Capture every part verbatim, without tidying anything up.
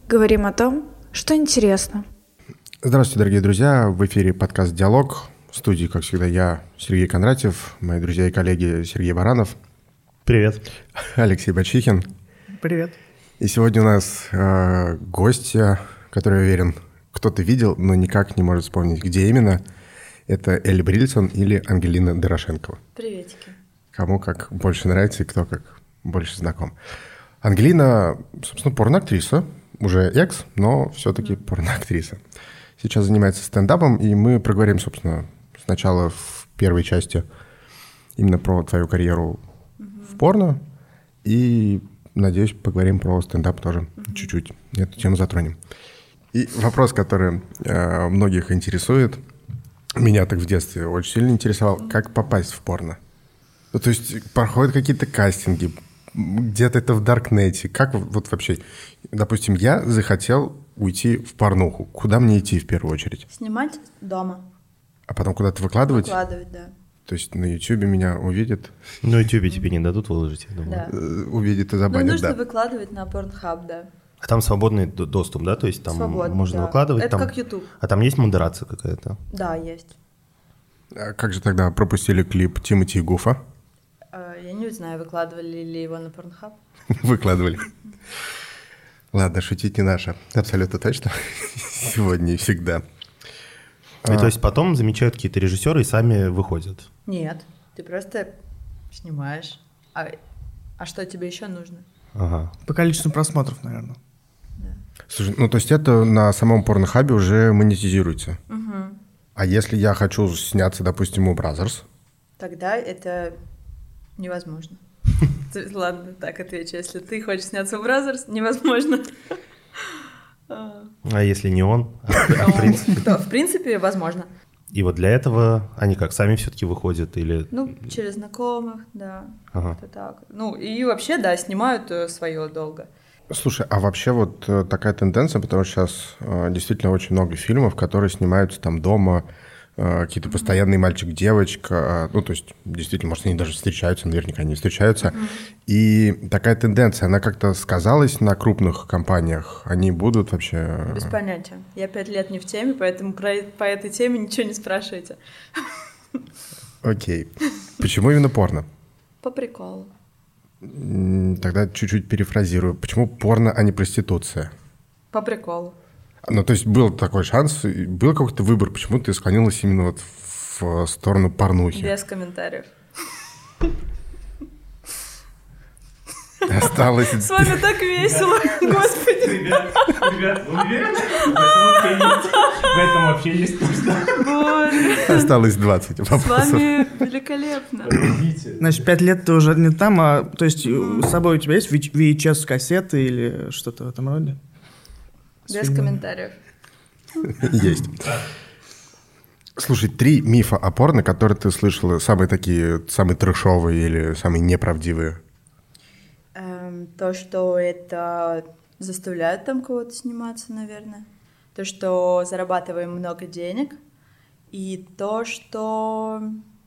Говорим о том, что интересно. Здравствуйте, дорогие друзья. В эфире подкаст «Диалог». В студии, как всегда, я, Сергей Кондратьев, мои друзья и коллеги Сергей Баранов. Привет. Алексей Бачихин. Привет. И сегодня у нас э, гостья, которую, я уверен, кто-то видел, но никак не может вспомнить, где именно. Это Элли Брильсон или Ангелина Дорошенкова. Приветики. Кому как больше нравится и кто как больше знаком. Ангелина, собственно, порноактриса. Уже экс, но все-таки mm. порноактриса. Сейчас занимается стендапом, и мы проговорим, собственно, сначала в первой части именно про твою карьеру mm-hmm. в порно, и, надеюсь, поговорим про стендап тоже mm-hmm. чуть-чуть. Эту тему затронем. И вопрос, который э, многих интересует, меня так в детстве очень сильно интересовал, mm-hmm. как попасть в порно. Ну, то есть проходят какие-то кастинги, где-то это в Даркнете. Как вот вообще, допустим, я захотел уйти в порнуху. Куда мне идти в первую очередь? Снимать дома. А потом куда-то выкладывать? Выкладывать, да. То есть на Ютубе меня увидят? На Ютубе тебе не дадут выложить, я думаю. Да. Увидят и забанят, ну, нужно да. выкладывать на Pornhub, да. А там свободный доступ, да? То есть там Свободный, можно да. выкладывать? Это там... как YouTube. А там есть модерация какая-то? Да, есть. А как же тогда пропустили клип Тимати и Гуфа? Я не знаю, выкладывали ли его на Pornhub. Выкладывали. Ладно, шутить не наше. Абсолютно точно. Сегодня и всегда. И а... то есть потом замечают какие-то режиссеры и сами выходят? Нет, ты просто снимаешь. А, а что тебе еще нужно? Ага. По количеству просмотров, наверное. Да. Слушай, ну то есть это на самом порнохабе уже монетизируется? Угу. А если я хочу сняться, допустим, у Бразерс? Тогда это невозможно. Ладно, так отвечу. Если ты хочешь сняться в Бразерс, невозможно. А если не он? А в принципе? То, в принципе, возможно. И вот для этого они как, сами все-таки выходят или... Ну, через знакомых, да. Ага. Как-то так. Ну, и вообще, да, снимают свое долго. Слушай, а вообще вот такая тенденция, потому что сейчас э, действительно очень много фильмов, которые снимаются там дома, э, какие-то постоянные мальчик-девочка, э, ну, то есть, действительно, может, они даже встречаются, наверняка они встречаются. Mm-hmm. И такая тенденция, она как-то сказалась на крупных компаниях? Они будут вообще... Без понятия. Я пять лет не в теме, поэтому про, по этой теме ничего не спрашивайте. Окей. Почему именно порно? По приколу. Тогда чуть-чуть перефразирую. Почему порно, а не проституция? По приколу. Ну, то есть был такой шанс, был какой-то выбор, почему ты склонилась именно вот в сторону порнухи? Без комментариев. Осталось... С вами так весело, господи. Ребят, ребят, вы уверены? В этом вообще есть нужда. Боже. Осталось двадцать вопросов. С вами великолепно. Значит, пять лет ты уже не там, а то есть с собой у тебя есть ви эйч эс-кассеты или что-то в этом роде? Без комментариев. Есть. Слушай, три мифа о порно, которые ты слышала, самые такие, самые трэшовые или самые неправдивые? Эм, то, что это заставляет там кого-то сниматься, наверное. То, что зарабатываем много денег. И то, что...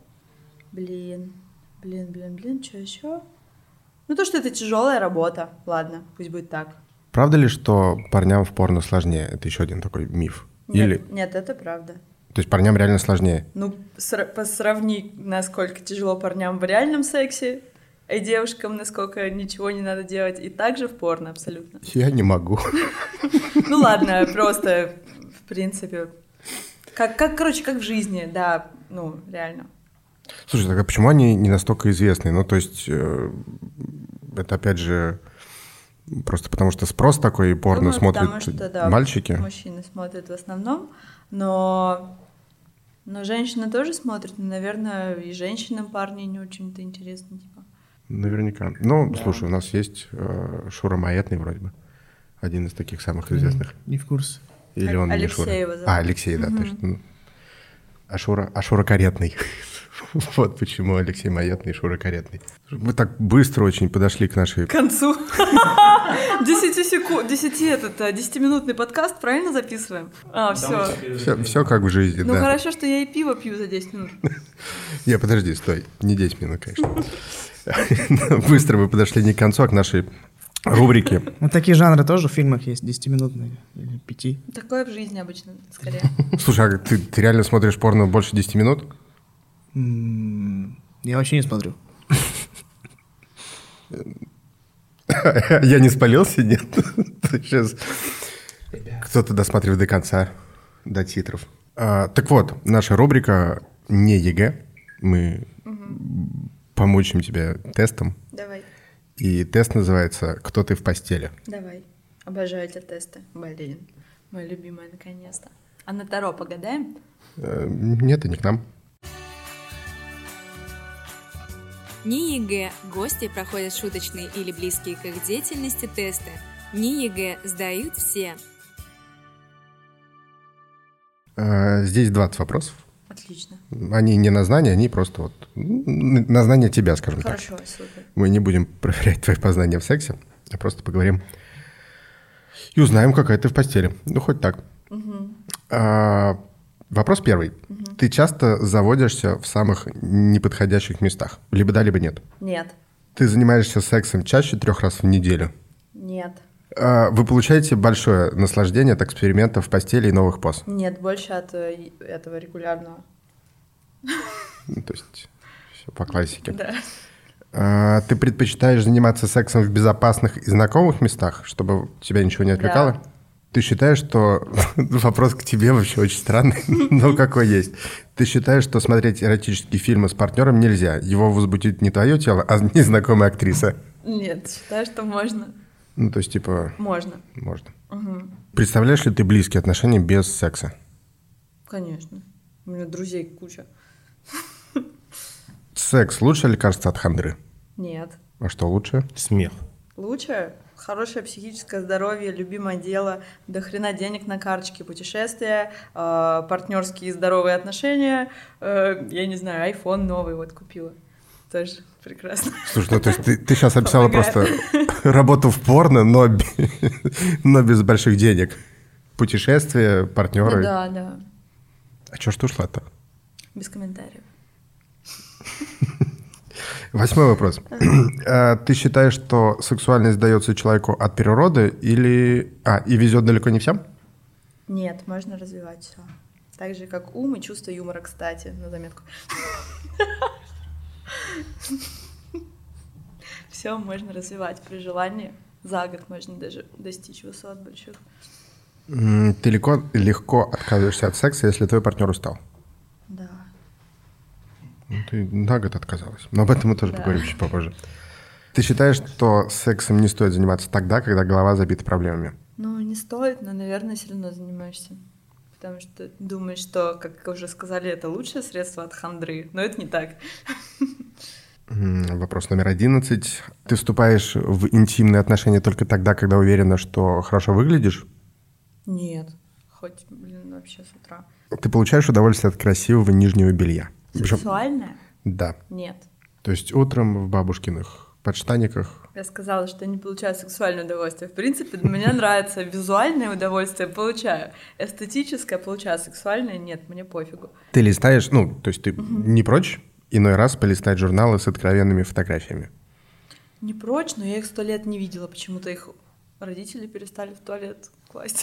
Блин, блин, блин, блин, что еще? Ну, то, что это тяжелая работа. Ладно, пусть будет так. Правда ли, что парням в порно сложнее? Это еще один такой миф. Нет, Или... нет, это правда. То есть парням реально сложнее? Ну, сра- сравни, насколько тяжело парням в реальном сексе, и девушкам, насколько ничего не надо делать, и также в порно абсолютно. Я не могу. Ну ладно, просто, в принципе, как, как, короче, как в жизни, да, ну, реально. Слушай, тогда почему они не настолько известны? Ну, то есть, э, это опять же просто потому, что спрос такой, и порно Думаю, смотрят потому что, да, мальчики? Мужчины смотрят в основном, но, но женщины тоже смотрят, но, наверное, и женщинам парни не очень-то интересно, типа. Наверняка. Ну, Да. слушай, у нас есть э, Шура Маятный вроде бы. Один из таких самых известных. Не в курсе. Или он Алексей не Шура? его зовут. А, Алексей, да, Мгм. точно. А Шура, а Шура Каретный. Вот почему Алексей Маятный и Шура Каретный. Мы так быстро очень подошли к нашей... К концу. Десяти секунд, десяти этот, десятиминутный подкаст, правильно записываем? А, все. Все, все как в жизни, Ну да. хорошо, что я и пиво пью за десять минут. Не, подожди, стой. Не десять минут, конечно. Быстро мы подошли не к концу, а к нашей рубрики. Вот такие жанры тоже в фильмах есть, десятиминутные или пяти. Такое в жизни обычно, скорее. Слушай, а ты, ты реально смотришь порно больше десяти минут? М, Я вообще не смотрю. Я не спалился, нет? Сейчас кто-то досматривает до конца, до титров. А, так вот, наша рубрика не ЕГЭ. Мы помучим тебя тестом. Давай, И тест называется «Кто ты в постели?». давай. Обожаю эти тесты. Блин, мой любимый наконец-то. А на Таро погадаем? Э, Нет, и не к нам. НИИ ЕГЭ. Гости проходят шуточные или близкие к их деятельности тесты. НИИ ЕГЭ сдают все. Э, Здесь двадцать вопросов. Отлично. Они не на знание, они просто вот м, на знание тебя, скажем так. Хорошо, супер. Мы не будем проверять твои познания в сексе, а просто поговорим и узнаем, какая ты в постели. Ну, хоть так. А, вопрос первый. Ты часто заводишься в самых неподходящих местах? Либо да, либо нет. Нет, Ты занимаешься сексом чаще трех раз в неделю? нет, А, вы получаете большое наслаждение от экспериментов в постели и новых поз? нет, больше от э, этого регулярного. Ну, то есть все по классике. Да. А, ты предпочитаешь заниматься сексом в безопасных и знакомых местах, чтобы тебя ничего не отвлекало? Да. Ты считаешь, что... Вопрос к тебе вообще очень странный, но какой есть. Ты считаешь, что смотреть эротические фильмы с партнером нельзя? Его возбудит не твое тело, а незнакомая актриса? Нет, считаю, что можно. Ну, то есть, типа, Можно. можно. Представляешь ли ты близкие отношения без секса? Конечно. У меня друзей куча. Секс – лучшее лекарство от хандры? Нет. А что лучше? Смех. Лучше хорошее психическое здоровье, любимое дело, до хрена денег на карточке, путешествия, э, партнерские здоровые отношения, э, я не знаю, iPhone новый вот купила. Тоже прекрасно. Слушай, ну то есть ты, ты сейчас описала Помогает. просто работу в порно, но, бе- но без больших денег. Путешествия, партнеры. Ну да, да, А чё ж ты ушла-то? без комментариев. Восьмой вопрос. А, Ты считаешь, что сексуальность дается человеку от природы или... А, и везет далеко не всем? Нет, можно развивать все. Так же, как ум и чувство юмора, кстати, на заметку. Все можно развивать при желании. За год можно даже достичь высот больших. М, Ты легко, легко отказываешься от секса, если твой партнер устал. Да. Ну, ты на год отказалась. Но об этом мы тоже Да. поговорим чуть попозже. Ты считаешь, что сексом не стоит заниматься тогда, когда голова забита проблемами? Ну, не стоит, но, наверное, все равно занимаешься. Потому что думаешь, что, как уже сказали, это лучшее средство от хандры. Но это не так. М, Вопрос номер одиннадцать. Ты вступаешь в интимные отношения только тогда, когда уверена, что хорошо выглядишь? Нет. Хоть, блин, вообще с утра. Ты получаешь удовольствие от красивого нижнего белья? Причем- Сексуальное? Да. Нет. То есть утром в бабушкиных подштаниках. Я сказала, что не получаю сексуальное удовольствие. В принципе, мне нравится визуальное удовольствие, получаю. Эстетическое получаю, сексуальное нет, мне пофигу. Ты листаешь, ну, то есть ты не прочь иной раз полистать журналы с откровенными фотографиями? Не прочь, но я их сто лет не видела. Почему-то их родители перестали в туалет класть.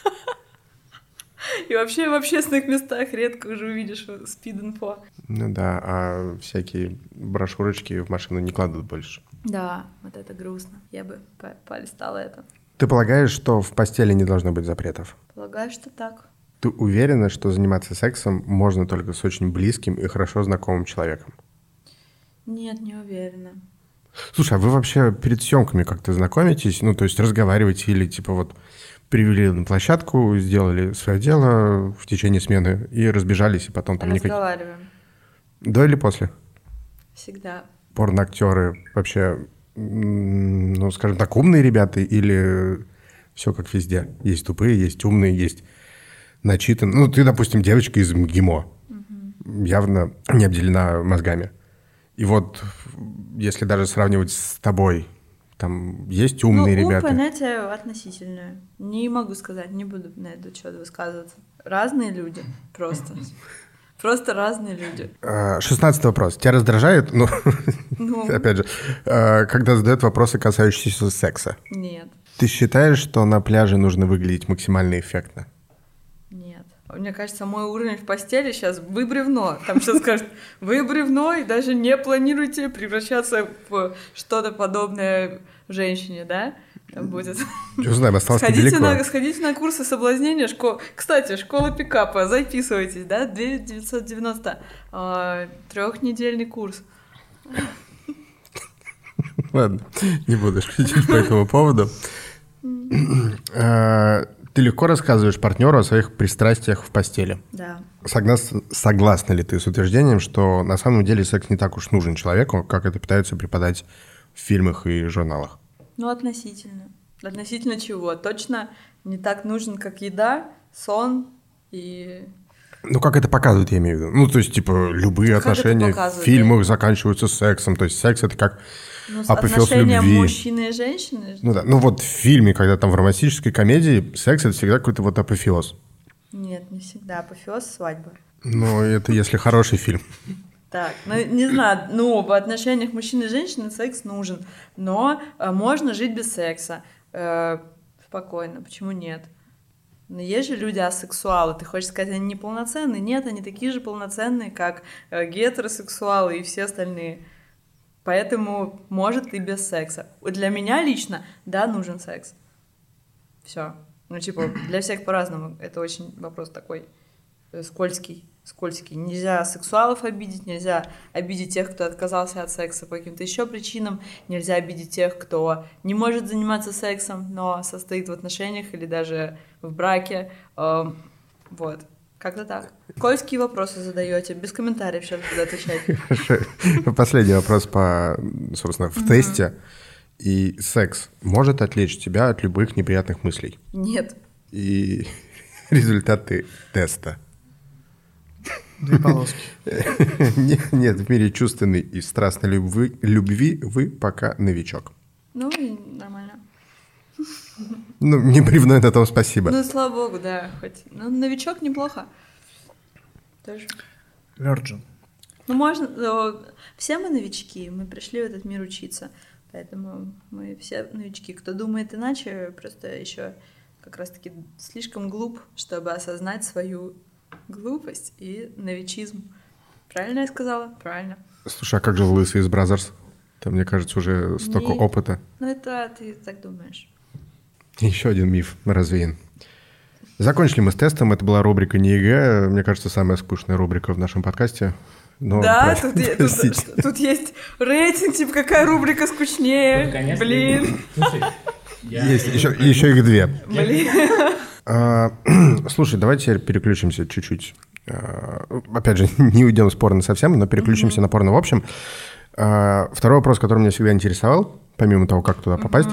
И вообще в общественных местах редко уже увидишь спид-инфо. Ну да, а всякие брошюрочки в машину не кладут больше. Да, вот это грустно. Я бы по- полистала это. Ты полагаешь, что в постели не должно быть запретов? Полагаю, что так. Ты уверена, что заниматься сексом можно только с очень близким и хорошо знакомым человеком? Нет, не уверена. Слушай, а вы вообще перед съемками как-то знакомитесь? Ну, то есть разговариваете или типа вот привели на площадку, сделали свое дело в течение смены и разбежались, и потом там никаких... Разговариваем. До или после? Всегда. Порноактеры вообще, м, ну, скажем так, умные ребята или все как везде? Есть тупые, есть умные, есть начитанные. Ну, ты, допустим, девочка из МГИМО, явно не обделена мозгами. И вот, если даже сравнивать с тобой, там есть умные ну, ум ребята. понятие относительное. Не могу сказать, не буду на этот счет высказываться. Разные люди просто. Просто разные люди. Шестнадцатый вопрос. Тебя раздражает, ну, Ну, опять же, э, когда задают вопросы, касающиеся секса? нет, Ты считаешь, что на пляже нужно выглядеть максимально эффектно? нет. Мне кажется, мой уровень в постели сейчас вы бревно. Там сейчас скажут, вы бревно, и даже не планируете превращаться в что-то подобное женщине, да? Там будет. Не знаю, осталось Сходите недалеко. на, сходите на курсы соблазнения. Школ... Кстати, школа пикапа, записывайтесь, да? две тысячи девятьсот девяносто. А, трехнедельный курс. Ладно, не буду шутить по этому поводу. Э, Ты легко рассказываешь партнеру о своих пристрастиях в постели. Да. Согласна, согласна ли ты с утверждением, что на самом деле секс не так уж нужен человеку, как это пытаются преподать в фильмах и журналах? Ну, относительно. Относительно чего? Точно не так нужен, как еда, сон и... Ну, как это показывают, я имею в виду. Ну, то есть, типа, любые Как это отношения в показывают? фильмах заканчиваются сексом. То есть, секс — это как Ну, с апофеоз отношения любви. мужчины и женщины? Ну да, ну вот в фильме, когда там в романтической комедии, секс — это всегда какой-то вот апофеоз. Нет, не всегда. Апофеоз — свадьба. Ну, это если хороший фильм. Так, ну, не знаю, ну, в отношениях мужчины и женщины секс нужен, но э, можно жить без секса. Э, спокойно, почему нет? Но есть же люди асексуалы, ты хочешь сказать, они неполноценные? Нет, они такие же полноценные, как э, гетеросексуалы и все остальные. Поэтому может и без секса. Для меня лично, да, нужен секс. Все. Ну, типа, для всех по-разному. Это очень вопрос такой э, скользкий. скользкий. Нельзя сексуалов обидеть, нельзя обидеть тех, кто отказался от секса по каким-то еще причинам, нельзя обидеть тех, кто не может заниматься сексом, но состоит в отношениях или даже в браке. Эм, вот. Как-то так. Скользкие вопросы задаете, без комментариев сейчас буду отвечать. Хорошо. Последний вопрос по, собственно, в тесте. И секс может отвлечь тебя от любых неприятных мыслей? Нет. И результаты теста. Две полоски. Нет, нет, в мире чувственной и страстной любви, любви вы пока новичок. Ну, и нормально. Ну, не бревно, на том спасибо. Ну, слава богу, да. Хоть. Ну, новичок неплохо. Тоже. Virgin. Ну, можно... ну, все мы новички, мы пришли в этот мир учиться. Поэтому мы все новички. Кто думает иначе, просто еще как раз-таки слишком глуп, чтобы осознать свою глупость и новичизм. Правильно я сказала? Правильно. Слушай, а как же Лысый из Бразерс? Там, мне кажется, уже столько Не- опыта. Ну, это ты так думаешь. Еще один миф развеян. Закончили мы с тестом. Это была рубрика «Не ЕГЭ». Мне кажется, самая скучная рубрика в нашем подкасте. Но, да, про- тут, е- простите. тут, тут есть рейтинг, типа, какая рубрика скучнее. Ну, конечно. Блин, Слушай, я- Есть еще, еще их две. блин. А, слушай, давайте теперь переключимся чуть-чуть. А, опять же, не уйдем с порно совсем, но переключимся на порно в общем. А, второй вопрос, который меня всегда интересовал, помимо того, как туда попасть,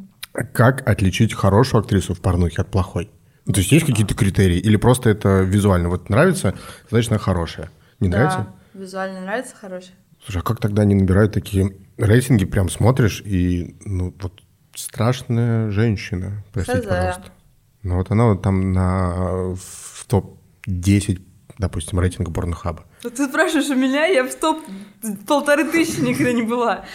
как отличить хорошую актрису в порнухе от плохой? Ну, то есть есть какие-то критерии? Или просто это визуально? Вот нравится, значит, она хорошая. Не нравится? Да, визуально нравится, хороший. Слушай, а как тогда они набирают такие рейтинги? Прям смотришь и, ну, вот страшная женщина, простите, Хз. пожалуйста. Ну, вот она вот там на, в топ десять, допустим, рейтинга Порнхаба. Ну, ты спрашиваешь у меня, я в топ полторы тысячи никогда не была.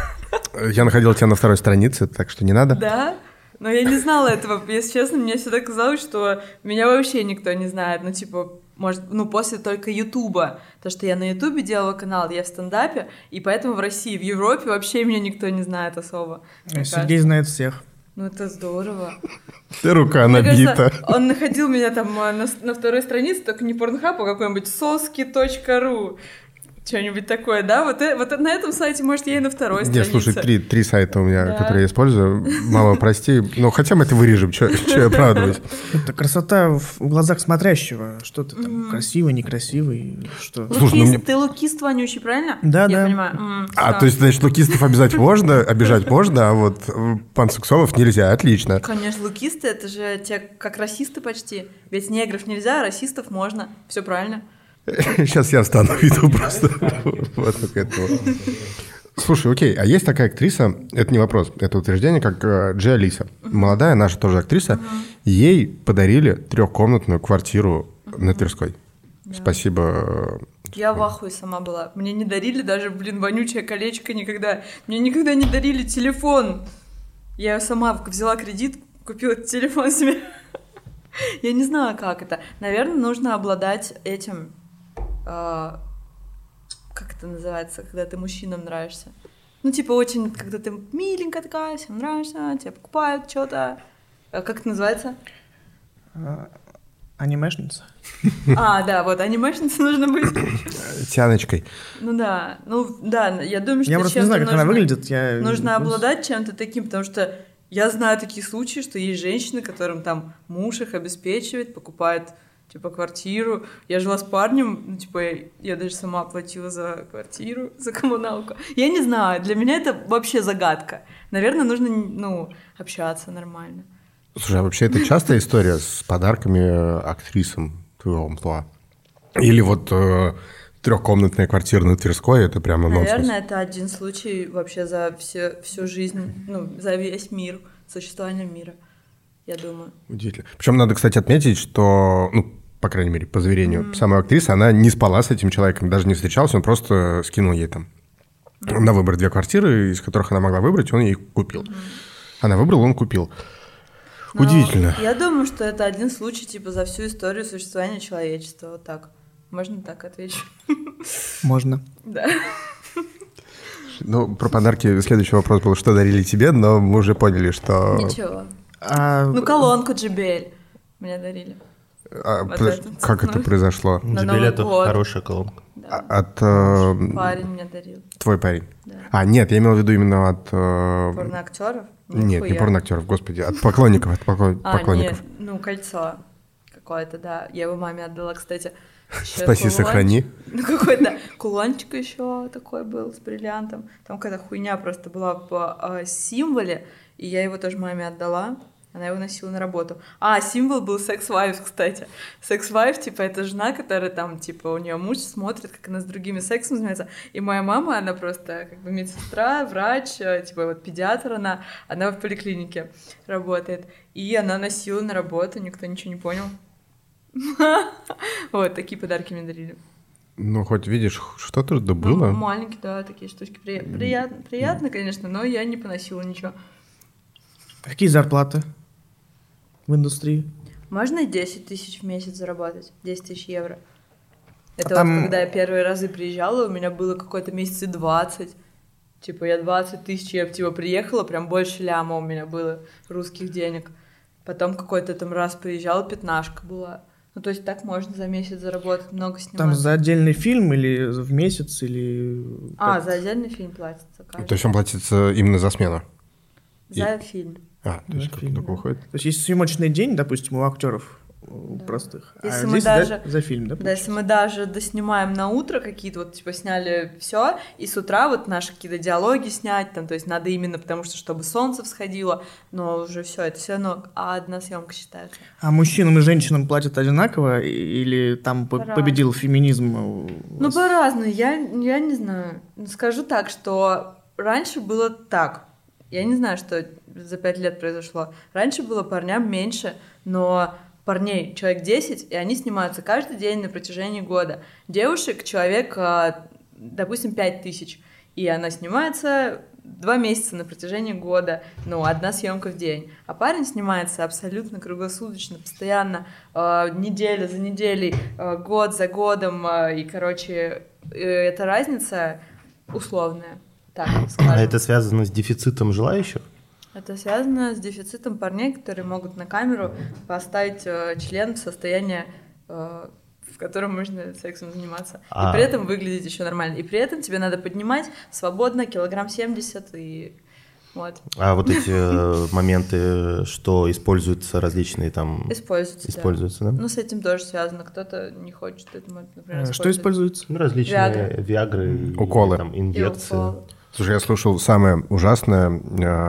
Я находил тебя на второй странице, так что не надо. Да? Но я не знала этого. Если честно, мне всегда казалось, что меня вообще никто не знает. Ну, типа, может, ну, после только Ютуба. То, что я на Ютубе делала канал, я в стендапе, и поэтому в России, в Европе вообще меня никто не знает особо. мне Сергей кажется. знает всех. Ну, это здорово. Ты рука Мне набита. кажется, он находил меня там а, на, на второй странице, только не Порнхаб, а какой-нибудь соски точка ру. Что-нибудь такое, да? Вот, э- вот на этом сайте, может, я и на второй Нет, странице. слушай, три, три сайта у меня, Да. которые я использую. Мама, прости. Ну, хотя мы это вырежем, что я оправдываюсь. Это красота в глазах смотрящего. Что ты там, красивый, некрасивый, что? Слушай, ну Лукист, мне- ты лукист вонючий, правильно? Да, я да. понимаю. М, А, всё. то есть, значит, лукистов обязать можно, обижать можно, а вот э, пансексуалов нельзя. Отлично. Конечно, лукисты — это же те, как расисты почти. Ведь негров нельзя, а расистов можно. Все правильно. Сейчас я встану и иду просто. Вот так это вот. Слушай, окей, а есть такая актриса, это не вопрос, это утверждение, как э, Джи Алиса. Молодая наша тоже актриса. Ей подарили трехкомнатную квартиру на Тверской. Да. Спасибо. Я в ахуе сама была. Мне не дарили даже, блин, вонючее колечко никогда. Мне никогда не дарили телефон. Я сама взяла кредит, купила телефон себе. Я не знаю, как это. Наверное, нужно обладать этим... Э, как это называется, когда ты мужчинам нравишься? Ну, типа, очень, когда ты миленькая такая, всем нравишься, тебе покупают что-то. А как это называется? Анимешница. А, да, вот, анимешницей нужно быть. Тяночкой. Ну да, ну да, я думаю, что Я просто не знаю, как нужно, она выглядит. Я... нужно обладать чем-то таким, потому что я знаю такие случаи, что есть женщины, которым там муж их обеспечивает, покупает, типа, квартиру. Я жила с парнем, ну, типа, я, я даже сама платила за квартиру, за коммуналку. Я не знаю, для меня это вообще загадка. Наверное, нужно, ну, общаться нормально. Слушай, а вообще это частая история с подарками актрисам твоего амплуа? Или вот э, трехкомнатная квартира на Тверской, это прямо нонсенс? Наверное, это один случай вообще за все, всю жизнь, ну, за весь мир, существование мира, я думаю. Удивительно. Причем надо, кстати, отметить, что, ну, по крайней мере, по заверению mm-hmm. самой актрисы, она не спала с этим человеком, даже не встречалась, он просто скинул ей там mm-hmm. на выбор две квартиры, из которых она могла выбрать, он ей купил. Mm-hmm. Она выбрала, он купил. Но удивительно. Я думаю, что это один случай, типа, за всю историю существования человечества. Вот так. Можно так ответить? Можно. Да. Ну, про подарки следующий вопрос был, что дарили тебе, но мы уже поняли, что... Ничего. А... Ну, колонку Джебель мне дарили. А, вот подожди, этот, как ну, это произошло? Джебель — это хорошая колонка. Да. От... Э... Парень мне дарил. Твой парень? Да. А, нет, я имел в виду именно от... Э... Порноактеров? Нет, не порноактеров, господи, от поклонников, от поклон... а, поклонников. Нет, ну, кольцо какое-то, да. Я его маме отдала, кстати. Спаси, кулончик. сохрани. Ну, какой-то кулончик еще такой был с бриллиантом. Там какая-то хуйня просто была в э, символе, и я его тоже маме отдала. Она его носила на работу. А, символ был секс-вайф, кстати. Секс-вайф, типа, это жена, которая там, типа, у нее муж смотрит, как она с другими сексом занимается. И моя мама, она просто, как бы, медсестра, врач, типа, вот педиатр она, она в поликлинике работает. И она носила на работу, никто ничего не понял. Вот, такие подарки мне дарили. Ну, хоть видишь, что-то да было. Маленькие, да, такие штучки. Приятно, приятно, конечно, но я не поносила ничего. Какие зарплаты в индустрии? Можно десять тысяч в месяц заработать, десять тысяч евро. Это а там... вот когда я первые разы приезжала, у меня было какое-то месяца двадцать. Типа я двадцать тысяч, я типа приехала, прям больше ляма у меня было русских денег. Потом какой-то там раз приезжала, пятнашка была. Ну, то есть так можно за месяц заработать, много снимать. Там за отдельный фильм или в месяц, или... А, как? за отдельный фильм платится, кажется. То есть он платится именно за смену? За И... фильм. А, то есть как фильм, только да. выходит? То есть есть съемочный день, допустим, у актеров Да. простых, Если а мы здесь даже, за, за фильм, да? Да, если мы даже доснимаем на утро какие-то, вот, типа, сняли все, и с утра вот наши какие-то диалоги снять, там, то есть надо именно потому, что чтобы солнце всходило, но уже все это все равно одна съемка считается. А мужчинам и женщинам платят одинаково, или там по- победил феминизм? Ну, по-разному, я, я не знаю. Скажу так, что раньше было так. Я не знаю, что за пять лет произошло. Раньше было парням меньше, но парней человек десять, и они снимаются каждый день на протяжении года. Девушек человек, допустим, пять тысяч, и она снимается два месяца на протяжении года, ну, одна съемка в день. А парень снимается абсолютно круглосуточно, постоянно, неделя за неделей, год за годом, и, короче, эта разница условная. Так, а это связано с дефицитом желающих? Это связано с дефицитом парней, которые могут на камеру поставить э, член в состояние, э, в котором можно сексом заниматься. А. И при этом выглядеть еще нормально. И при этом тебе надо поднимать свободно килограмм семьдесят и вот. А вот эти моменты, что используются различные там... Используются, Используются, да. да? Ну, с этим тоже связано. Кто-то не хочет этому, например, Что используется? Ну, различные виагры, уколы, там, инъекции. Слушай, я слушал самое ужасное,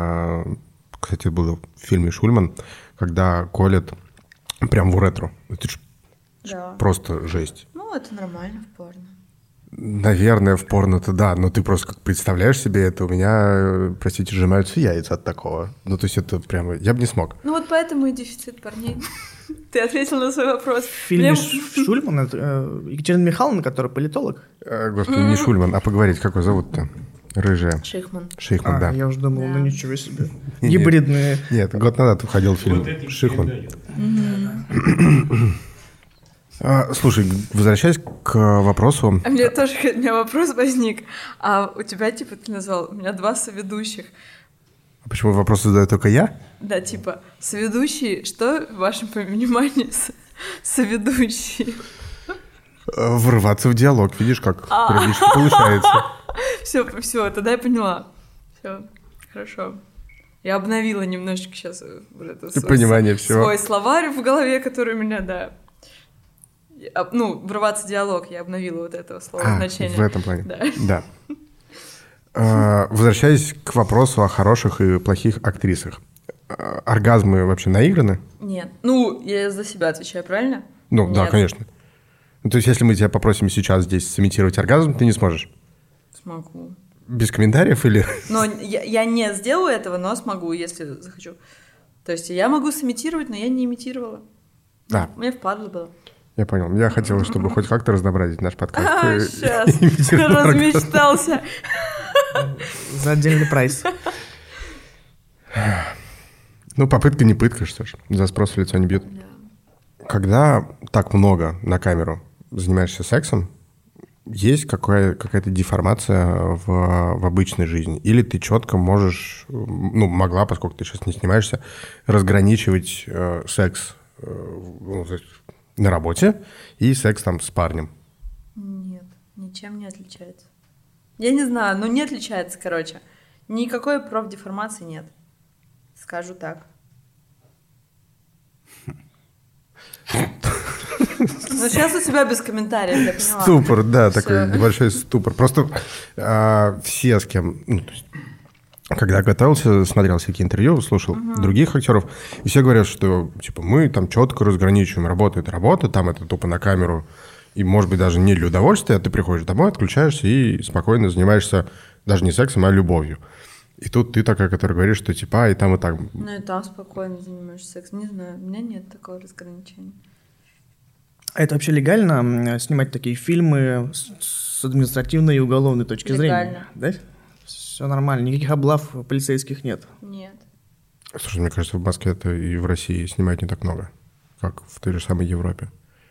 кстати, было в фильме «Шульман», когда колят прям в уретру. Это ж да. просто жесть. Ну, это нормально в порно. Наверное, в порно-то да, но ты просто как представляешь себе это, у меня, простите, сжимаются яйца от такого. Ну, то есть это прямо, я бы не смог. Ну вот поэтому и дефицит парней. Ты ответил на свой вопрос. В фильме Шульман, Екатерина Михайловна, которая политолог. Господи, не Шульман, а поговорить, как его зовут-то? Рыжая. Шейхман. Шейхман, А, да. я уже думал, Да. ну ничего себе. Гибридные. Нет, год назад выходил фильм Шейхман. А, слушай, возвращаясь к вопросу... А мне тоже у меня вопрос возник. А у тебя, типа, ты назвал, у меня два соведущих. Почему вопрос задаю только я? Да, типа, соведущие, что в вашем понимании с- соведущие? Э, Врываться в диалог, видишь, как периодически получается. Все, все, тогда я поняла. Все, хорошо. Я обновила немножечко сейчас вот это свой, Понимание всего. свой словарь в голове, который у меня, да. Я- Ну, врываться в диалог, я обновила вот этого слова А, значения. в этом плане. Да. Да. Э, Возвращаясь к вопросу о хороших и плохих актрисах. Э, Оргазмы вообще наиграны? Нет. Ну, я за себя отвечаю, правильно? Ну, да, Нет. конечно. Ну, то есть, если мы тебя попросим сейчас здесь сымитировать оргазм, ты не сможешь? Смогу. Без комментариев или... Но я, я не сделаю этого, но смогу, если захочу. То есть я могу сымитировать, но я не имитировала. Да, Мне впадло было. я понял. Я хотел, чтобы хоть как-то разнообразить наш подкаст. А, и- сейчас. имитировать оргазм. Размечтался. За отдельный прайс. Ну, попытка не пытка, что ж. За спрос в лицо не бьют. Когда так много на камеру занимаешься сексом, есть какая- какая-то деформация в, в обычной жизни? Или ты четко можешь, ну, могла, поскольку ты сейчас не снимаешься, разграничивать э, секс э, ну, то есть на работе и секс там с парнем? Нет, ничем не отличается. Я не знаю, но не отличается, короче. Никакой профдеформации нет. Скажу так. Ну, сейчас у тебя без комментариев, я поняла. Ступор, да, Всё. такой небольшой ступор. Просто а, все, с кем... Ну, то есть, когда готовился, смотрел всякие интервью, слушал других актеров, и все говорят, что типа мы там четко разграничиваем, работа — это работа, там это тупо на камеру, и, может быть, даже не для удовольствия, а ты приходишь домой, отключаешься и спокойно занимаешься даже не сексом, а любовью. И тут ты такая, которая говорит, что типа а, и там, и так. Ну и там спокойно занимаешься сексом. Не знаю, у меня нет такого разграничения. А это вообще легально м, снимать такие фильмы с, с административной и уголовной точки Легально. зрения? Да? Все нормально, никаких облав полицейских нет. Нет. Слушай, мне кажется, в Москве-то и в России снимают не так много, как в той же самой Европе.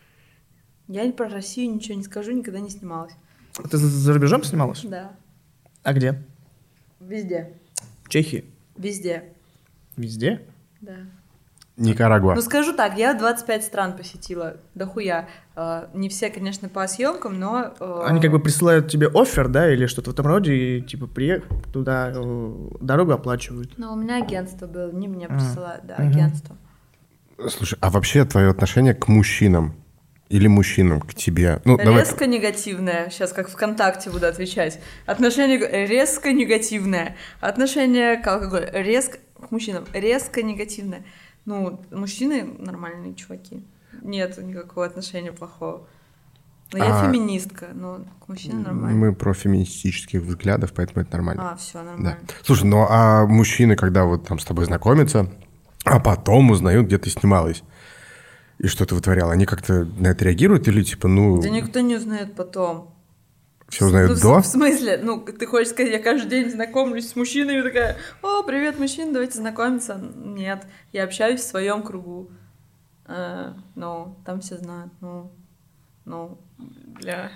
Я про Россию ничего не скажу, никогда не снималась. А ты за, за рубежом снималась? Да. А где? Везде. В Чехии? Везде. Везде? Да. Никарагуа. Ну, скажу так, я двадцать пять стран посетила, дохуя. Э, Не все, конечно, по съемкам, но... э, Они как бы присылают тебе оффер, да, или что-то в этом роде, и типа приехать туда, э, дорогу оплачивают. Ну, у меня агентство было, не мне А, присылают, да, мгм. агентство. Слушай, а вообще твое отношение к мужчинам или мужчинам к тебе? Ну, давай... Резко негативное, сейчас как ВКонтакте буду отвечать. Отношение г- резко негативное. Отношение к алкоголю резко... К мужчинам резко негативное. Ну, мужчины нормальные чуваки. Нет никакого отношения плохого. Но я А- феминистка, но к мужчинам нормально. Мы про феминистических взглядов, поэтому это нормально. А, все Да. нормально. Слушай, ну а мужчины, когда вот там с тобой знакомятся, а потом узнают, где ты снималась и что ты вытворяла, они как-то на это реагируют или типа, ну, Да никто не узнает потом. все узнают Ну, в- до? В смысле? Ну, ты хочешь сказать, я каждый день знакомлюсь с мужчинами, такая, о, привет, мужчина, давайте знакомиться. Нет, я общаюсь в своем кругу. Э, Ну, там все знают, ну, ну, бля.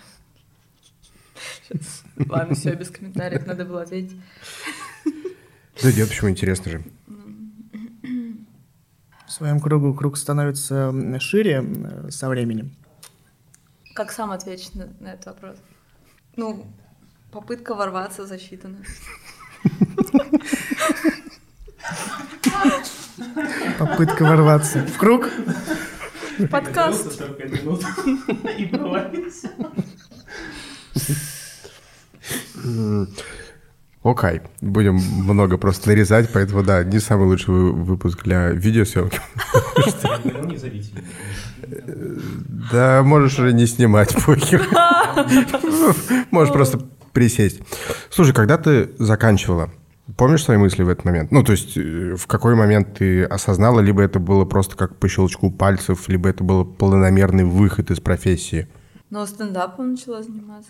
Щас. Ладно, все, без комментариев, надо было ответить. Да нет, почему, интересно же. В своем кругу круг становится м, шире э, со временем. Как сам ответить на, на этот вопрос? Ну, попытка ворваться засчитана. Попытка ворваться в круг. Подкаст. сорок пять минут и провалился. Окей, будем много просто нарезать, поэтому, да, не самый лучший вы- выпуск для видеосъемки. Не зовите. Да, можешь уже не снимать, похер. Можешь просто присесть. Слушай, когда ты заканчивала, помнишь свои мысли в этот момент? Ну, то есть, э, в какой момент ты осознала, либо это было просто как по щелчку пальцев, либо это был планомерный выход из профессии, Но стендапом начала заниматься.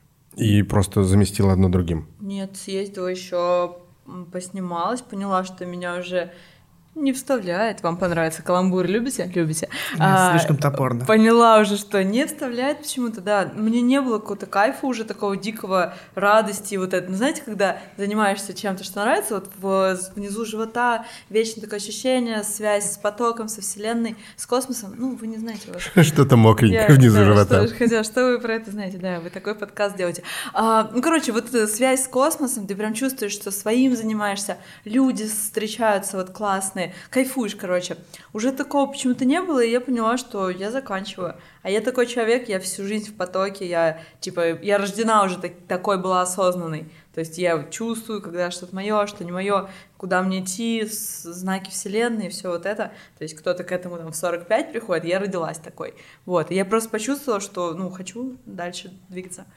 и просто заместила одно другим? Нет, съездила еще, поснималась, поняла, что меня уже не вставляет. Вам понравится каламбур, любите? Любите. А, Слишком топорно. Поняла уже, что не вставляет почему-то, да. Мне не было какого-то кайфа уже, такого дикого радости, вот это. Ну, знаете, когда занимаешься чем-то, что нравится, вот в, внизу живота вечно такое ощущение, связь с потоком, со вселенной, с космосом. Ну, вы не знаете. Вот. Что-то мокренькое Я- внизу да, живота. Что, хотела, что вы про это знаете? Да, вы такой подкаст делаете. А, ну, короче, вот эта связь с космосом, ты прям чувствуешь, что своим занимаешься, люди встречаются вот классные, кайфуешь, короче. Уже такого почему-то не было, и я поняла, что я заканчиваю. А я такой человек, я всю жизнь в потоке, я, типа, я рождена уже так- такой была осознанной. То есть я чувствую, когда что-то мое, что не мое, куда мне идти, с- знаки вселенной, все вот это. То есть кто-то к этому там в сорок пять приходит, я родилась такой. Вот, и я просто почувствовала, что, ну, хочу дальше двигаться.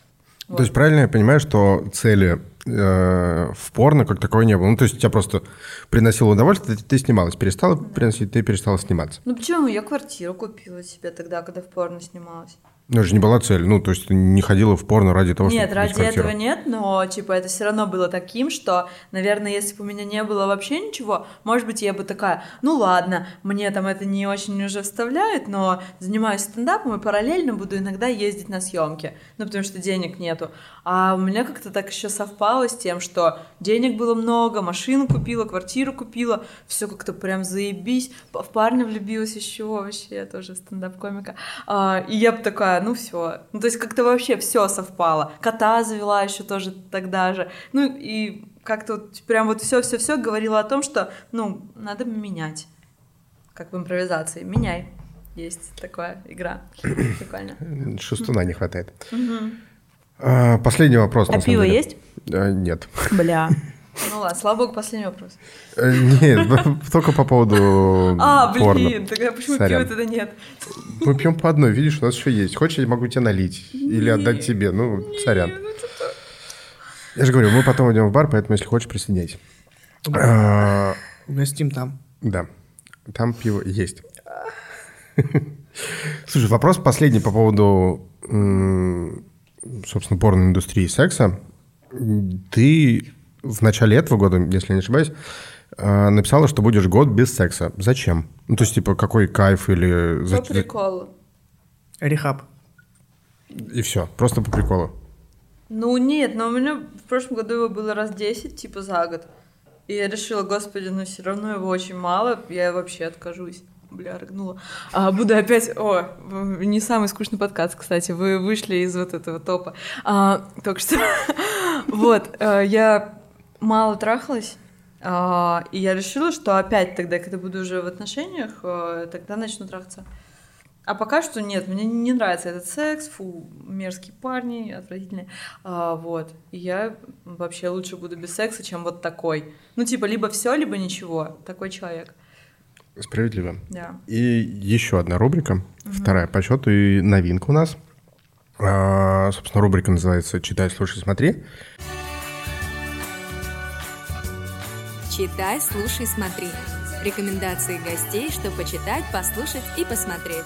То есть правильно я понимаю, что цели э, в порно как таковой не было? Ну, то есть тебя просто приносило удовольствие, ты, ты снималась, перестала приносить, ты перестала сниматься. Ну почему? Я квартиру купила себе тогда, когда в порно снималась. Ну, это же не была цель, ну, то есть ты не ходила в порно ради того, Нет, чтобы ради купить квартиру. этого нет, но, типа, это все равно было таким, что, наверное, если бы у меня не было вообще ничего, может быть, я бы такая, ну ладно, мне там это не очень уже вставляет, но занимаюсь стендапом и параллельно буду иногда ездить на съемки, ну, потому что денег нету. А у меня как-то так еще совпало с тем, что денег было много, машину купила, квартиру купила, все как-то прям заебись, в парня влюбилась еще вообще, тоже стендап-комика, а, и я бы такая, ну все, ну то есть как-то вообще все совпало, кота завела еще тоже тогда же, ну и как-то вот прям вот все-все-все говорило о том, что, ну, надо менять, как в импровизации, меняй, есть такая игра, прикольно. Шестуна не хватает. А, последний вопрос. А на самом пиво деле. есть? А, нет. Бля. Ну ладно, слава богу, последний вопрос. Э, Нет, только по поводу А, порно. блин, тогда почему Сорян. пива тогда нет? Мы пьем по одной, видишь, у нас еще есть. Хочешь, я могу тебе налить или отдать тебе. Ну, сорян. Я же говорю, мы потом идем в бар, поэтому, если хочешь, присоединяйся. А, Угостим там. Да, там пиво есть. Слушай, вопрос последний по поводу, м, собственно, порноиндустрии и секса. Ты в начале этого года, если я не ошибаюсь, э, написала, что будешь год без секса. Зачем? Ну, то есть, типа, какой кайф или... По за- приколу. Рехаб. И все, просто по приколу. Ну нет, но у меня в прошлом году его было раз десять, типа за год. И я решила, господи, ну все равно его очень мало, я вообще откажусь. Бля, рыгнула. А, буду опять... О, не самый скучный подкаст, кстати. Вы вышли из вот этого топа. А, только что. Вот, а, я мало трахалась, а, и я решила, что опять тогда, когда буду уже в отношениях, а, тогда начну трахаться. А пока что нет, мне не нравится этот секс, фу, мерзкие парни, отвратительные, а, вот. И я вообще лучше буду без секса, чем вот такой. Ну, типа, либо все, либо ничего. Такой человек. Справедливо. Да. И еще одна рубрика, вторая по счету и новинка у нас. А, собственно, рубрика называется «Читай, слушай, смотри». Читай, слушай, смотри. Рекомендации гостей, что почитать, послушать и посмотреть.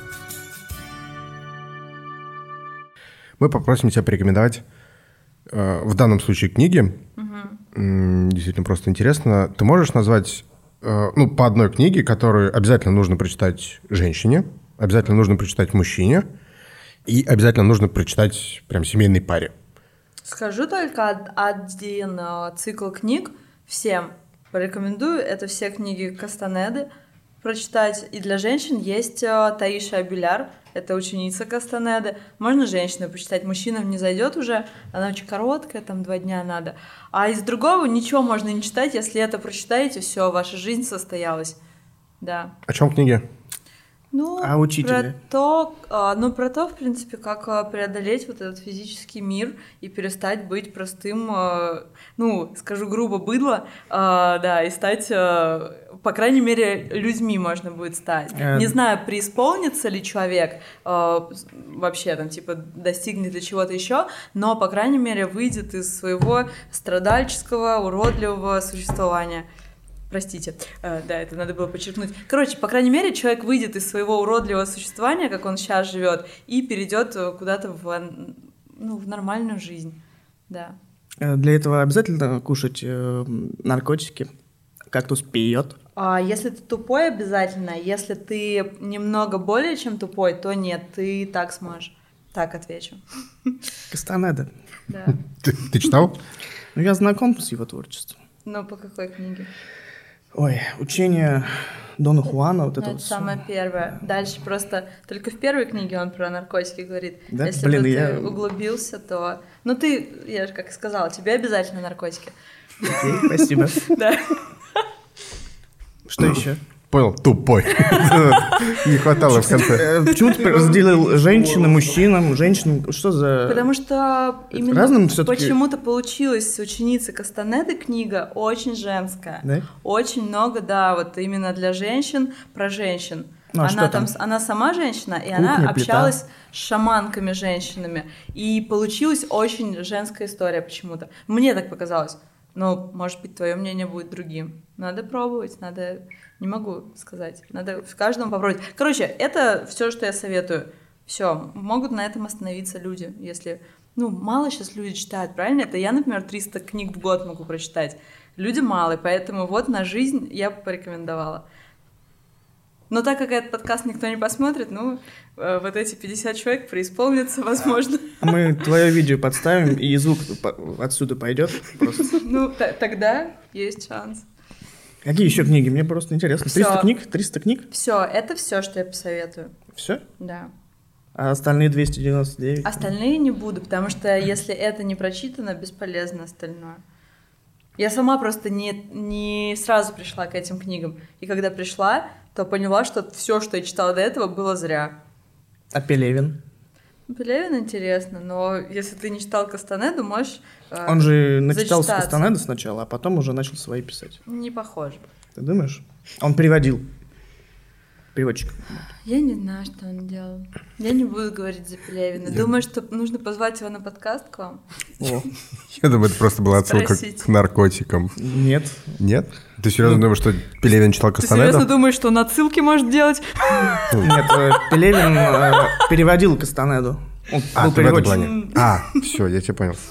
Мы попросим тебя порекомендовать э, в данном случае книги. М, Действительно просто интересно. Ты можешь назвать э, ну, по одной книге, которую обязательно нужно прочитать женщине, обязательно нужно прочитать мужчине и обязательно нужно прочитать прям семейной паре? Скажу только од- один э, цикл книг всем порекомендую. Это все книги Кастанеды прочитать. И для женщин есть э, Таиша Абеляр, это ученица Кастанеды. Можно женщину почитать, мужчинам не зайдет уже, она очень короткая, там два дня надо. А из другого ничего можно не читать, если это прочитаете, все, ваша жизнь состоялась. Да. О чем книги? Ну, А учителя? Про то, а, ну, про то, в принципе, как а, преодолеть вот этот физический мир и перестать быть простым, а, ну, скажу грубо, быдло, а, да, и стать, а, по крайней мере, людьми можно будет стать. Э. Не знаю, преисполнится ли человек а, вообще, там, типа, достигнет ли чего-то еще, но, по крайней мере, выйдет из своего страдальческого, уродливого существования. Простите, э, да, это надо было подчеркнуть. Короче, по крайней мере, человек выйдет из своего уродливого существования, как он сейчас живет, и перейдет куда-то в, ну, в нормальную жизнь. Да. Э, Для этого обязательно кушать э, наркотики? Кактус пьет? А если ты тупой, обязательно. Если ты немного более чем тупой, то нет, ты и так сможешь. Так отвечу. Кастанеда. Да. Ты, ты читал? Ну, я знаком с его творчеством. Ну, по какой книге? Ой, учение Дона Хуана, вот это Ну, вот это всё. самое первое. Дальше просто только в первой книге он про наркотики говорит. Да? Если Блин, бы я- ты углубился, то... Ну, ты, я же как сказала, тебе обязательно наркотики. Окей, спасибо. Да. Что еще? Понял, тупой. Не хватало в конце. Э, Почему ты разделил женщин, мужчинам, женщинам? Что за... Потому что именно разным всё-таки- почему-то получилась ученица Кастанеды книга очень женская. Да? Очень много, да, вот именно для женщин, про женщин. Ну, а она что там? с- она сама женщина, и Кухня, она плита. общалась с шаманками женщинами. И получилась очень женская история почему-то. Мне так показалось. Но, может быть, твое мнение будет другим. Надо пробовать, надо... Не могу сказать. Надо в каждом попробовать. Короче, это все, что я советую. Все, могут на этом остановиться люди, если... Ну, мало сейчас люди читают, правильно? Это я, например, триста книг в год могу прочитать. Люди мало, поэтому вот на жизнь я бы порекомендовала. Но так как этот подкаст никто не посмотрит, ну, э, вот эти пятьдесят человек преисполнятся, возможно. Мы твое видео подставим, и звук по- отсюда пойдет. Просто. Ну, т- тогда есть шанс. Какие еще книги? Мне просто интересно. Всё. триста книг? триста книг? Все, это все, что я посоветую. Все? Да. А остальные двести девяносто девять? Остальные не буду, потому что если это не прочитано, бесполезно остальное. Я сама просто не, не сразу пришла к этим книгам. И когда пришла, то поняла, что все, что я читала до этого, было зря. А Пелевин? Пелевин интересно, но если ты не читал Кастанеду, можешь э, Он же начитал с зачитаться. Кастанеды сначала, а потом уже начал свои писать. Не похоже. Ты думаешь? Он переводил. Переводчик. Я не знаю, что он делал. Я не буду говорить за Пелевина. Думаю, что нужно позвать его на подкаст к вам. О, Я думаю, это просто была отсылка Спросите. к наркотикам. нет. Нет? Ты серьезно думаешь, что Пелевин читал Ты серьезно Кастанеду? думаешь, что он отсылки может делать? Нет, э, Пелевин э, переводил Кастанеду. Он А, был ты в этом переводчик. плане. А, все, я тебя понял.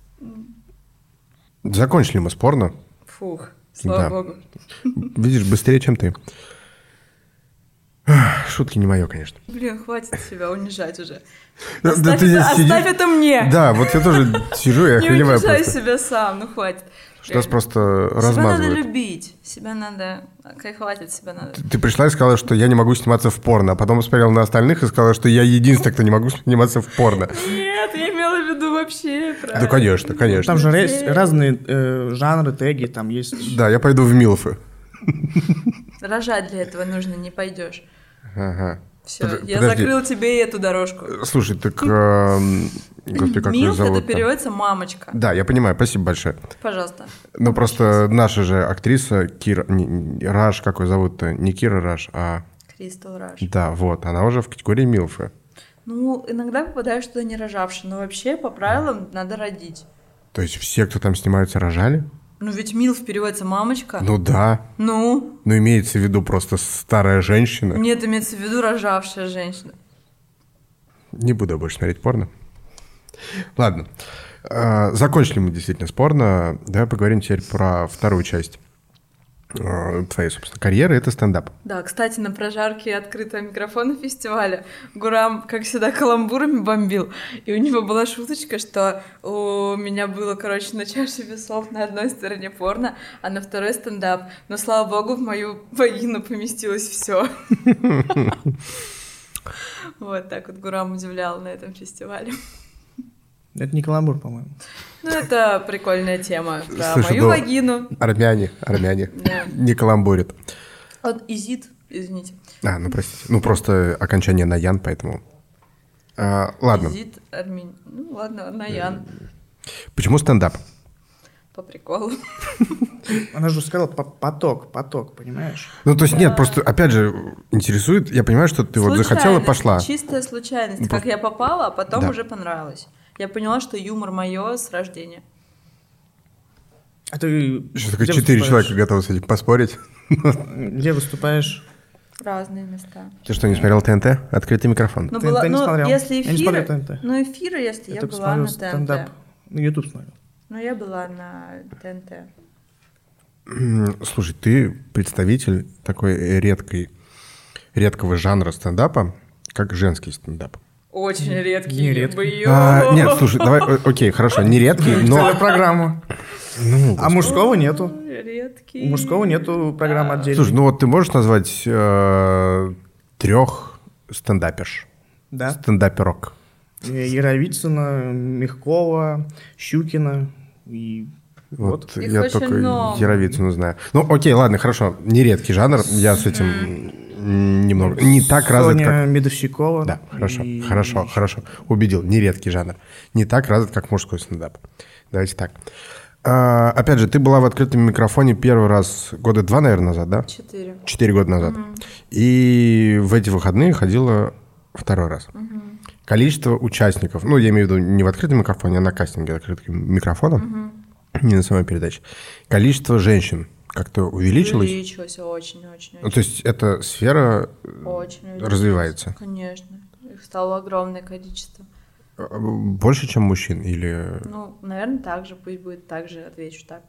Закончили мы спорно. Фух, слава Да. богу. Видишь, быстрее, чем ты. Шутки не мое, конечно. Блин, хватит себя унижать уже. Да, Оставь, ты это, сиди- оставь это мне. Да, вот я тоже сижу и Не охреневаю унижай просто. себя сам, ну хватит. Что нас просто Себя надо размазывают. любить, себя надо... Кайфовать от себя надо. Ты пришла и сказала, что я не могу сниматься в порно, а потом посмотрела на остальных и сказала, что я единственный, кто не могу сниматься в порно. Нет, я имела в виду вообще, правильно. Да, конечно, конечно. Там же есть разные э, жанры, теги, там есть... Да, я пойду в Милфы. Рожать для этого нужно, не пойдешь. Ага. Все, Под- я подожди. закрыл тебе и эту дорожку. Слушай, так... эм, Господи, как ее Милф, это зовут? переводится мамочка. Да, я понимаю, спасибо большое. Пожалуйста. Ну, просто наша же актриса Кира... не- не- Раш, какой зовут-то? Не Кира Раш, а... Кристал Раш. Да, вот, она уже в категории Милфы. Ну, иногда попадаешь туда не рожавший, но вообще по правилам надо родить. То есть все, кто там снимаются, рожали? Ну ведь Милф переводится мамочка. Ну да. Ну, Ну, имеется в виду просто старая женщина. нет, имеется в виду рожавшая женщина. Не буду больше смотреть порно. Ладно. А, Закончили мы действительно с порно. Давай поговорим теперь про вторую часть а, твоей, собственно, карьеры. Это стендап. Да, кстати, на прожарке открытого микрофона фестиваля Гурам, как всегда, каламбурами бомбил. И у него была шуточка, что у меня было, короче, на чаше весов на одной стороне порно, а на второй стендап. Но, слава богу, в мою вагину поместилось все. Вот так вот Гурам удивлял на этом фестивале. Это не каламбур, по-моему. Ну, это прикольная тема про Слушай, мою ну, вагину. Армяне, армяне. Да. Не каламбурят. Он изит, Извините. А, ну простите. Ну просто окончание на Ян, поэтому... А, ладно. Визит Армень. Ну ладно, на Ян. Почему стендап? По приколу. Она же сказала по- поток, поток, понимаешь? Ну, то есть нет, просто, опять же, интересует, я понимаю, что ты вот захотела, пошла. Чистая случайность. Ну, Как просто- я попала, а потом Да. уже понравилось. Я поняла, что юмор мое с рождения. А ты Что такое где четыре выступаешь? человека готовы с этим поспорить? Где выступаешь? Разные места. Ты что, не смотрел ТНТ? Открытый микрофон. Ну, ТНТ была, не ну, смотрел. если Я не эфиры, смотрю ТНТ. ну, эфиры, если я, только была на смотрю стендап. ТНТ. На YouTube смотрю. Ну, я была на ТНТ. М, Слушай, ты представитель такой редкой, редкого жанра стендапа, как женский стендап. Очень редкий. Не редкий. бою. А, нет, слушай, давай, о- окей, хорошо, не редкий, Целая но... программа. Ну, А мужского нету. Редкий. У мужского нету программы отдельно. Слушай, ну вот ты можешь назвать э, трех стендаперш? Да. Стендаперок. Яровицына, Мягкова, Щукина и Вот, вот. Их я очень только много. Яровицыну знаю. Ну, окей, ладно, хорошо. Не редкий жанр, я с этим м, немного... Не так развит, Соня как... Медовщикова. Да, хорошо, и- хорошо, хорошо. Убедил, не редкий жанр. Не так развит, как мужской стендап. Давайте так. А, опять же, ты была в открытом микрофоне первый раз года два, наверное, назад, да? Четыре. Четыре года назад. И в эти выходные ходила второй раз. Количество участников, ну, я имею в виду не в открытом микрофоне, а на кастинге открытым микрофоном, не на самой передаче. Количество женщин как-то увеличилось? Увеличилось очень-очень. Ну, то есть эта сфера Очень увеличилось. развивается? Конечно. Их стало огромное количество. э, больше, чем мужчин? Или... Ну, наверное, так же. Пусть будет так же, отвечу так.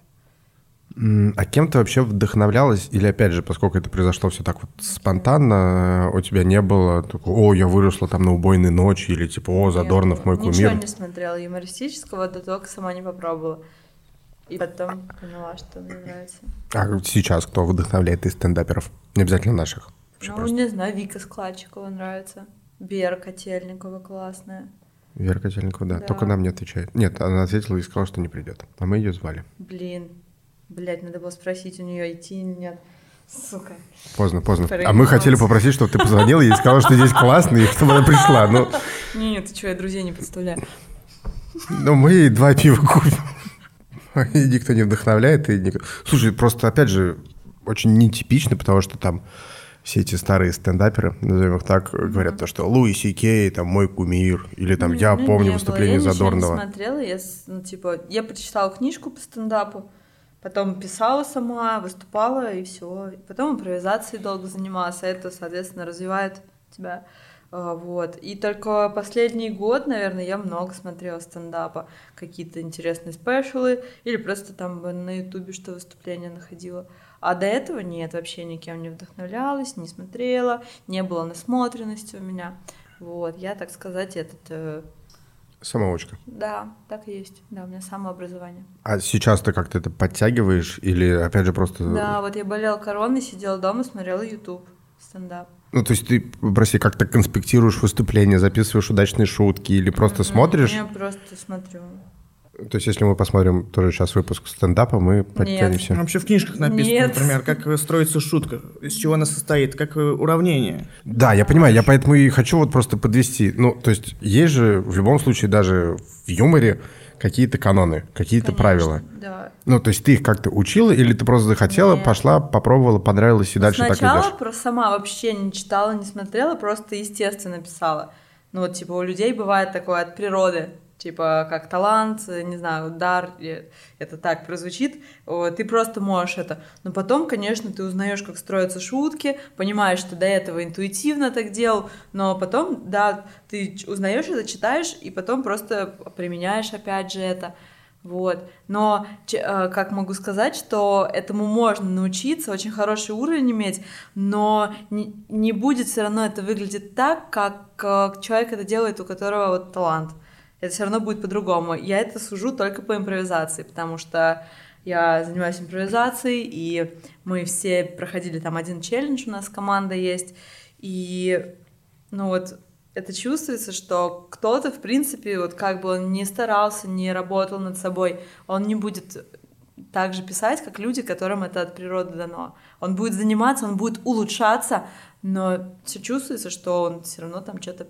М, А кем ты вообще вдохновлялась? Или, опять же, поскольку это произошло все так вот спонтанно, у тебя не было такого, о, я выросла там на убойной ночи, или типа, о, Задорнов мой Ничего кумир. не смотрела юмористического, до того, как сама не попробовала. И потом поняла, что мне нравится. А сейчас кто вдохновляет из стендаперов? Не обязательно наших. Вообще Ну, просто. не знаю, Вика Складчикова нравится. Вера Котельникова классная. Вера Котельникова, да. Да. Только нам не отвечает. Нет, она ответила и сказала, что не придет. А мы ее звали. Блин, блядь, надо было спросить у нее, идти или нет. Сука. Поздно, поздно. А Проебалась. мы хотели попросить, чтобы ты позвонила и сказала, что здесь классно, и чтобы она пришла. Ну, Нет, ты что, я друзей не подставляю. ну мы ей два пива купим. И никто не вдохновляет. И никто... Слушай, просто, опять же, очень нетипично, потому что там все эти старые стендаперы, назовем их так, говорят то, что Луи Си Кей, там, мой кумир, или там, я Ну, помню не выступление было. Я Задорнова. ничего не смотрела, я, с- ну, типа, я прочитала книжку по стендапу, потом писала сама, выступала, и все. Потом импровизацией долго занималась, а это, соответственно, развивает тебя. А, Вот. И только последний год, наверное, я много смотрела стендапа, какие-то интересные спешалы, или просто там на ютубе что выступления находила. А до этого нет, вообще никем не вдохновлялась, не смотрела, не было насмотренности у меня. Вот, я, так сказать, этот... э, Самоучка. Да, так и есть. Да, у меня самообразование. А сейчас ты как-то это подтягиваешь или, опять же, просто... Да, вот я болела короной, сидела дома, смотрела YouTube, стендап. Ну, то есть ты, прости, как-то конспектируешь выступления, записываешь удачные шутки или просто смотришь? Я просто смотрю. То есть если мы посмотрим тоже сейчас выпуск стендапа, мы подтянемся. Вообще в книжках написано, Нет. например, как строится шутка, из чего она состоит, как э, уравнение. Да, я понимаю, я поэтому и хочу вот просто подвести. Ну, то есть есть же в любом случае даже в юморе какие-то каноны, какие-то Конечно, правила. Да. Ну, то есть ты их как-то учила или ты просто захотела, Нет. пошла, попробовала, понравилось и дальше так Сначала идешь? просто сама вообще не читала, не смотрела, просто естественно писала. Ну вот, типа, у людей бывает такое от природы, типа, как талант, не знаю, дар, или это так прозвучит, вот, ты просто можешь это. Но потом, конечно, ты узнаешь, как строятся шутки, понимаешь, что до этого интуитивно так делал, но потом, да, ты ч- узнаешь это, читаешь, и потом просто применяешь опять же это. Вот. Но ч- э, как могу сказать, что этому можно научиться, очень хороший уровень иметь, но не, не будет все равно это выглядеть так, как э, человек это делает, у которого вот талант. Это все равно будет по-другому. Я это сужу только по импровизации, потому что я занимаюсь импровизацией, и мы все проходили там один челлендж, у нас команда есть, и ну вот это чувствуется, что кто-то, в принципе, вот как бы он не старался, не работал над собой, он не будет так же писать, как люди, которым это от природы дано. Он будет заниматься, он будет улучшаться, но все чувствуется, что он все равно там что-то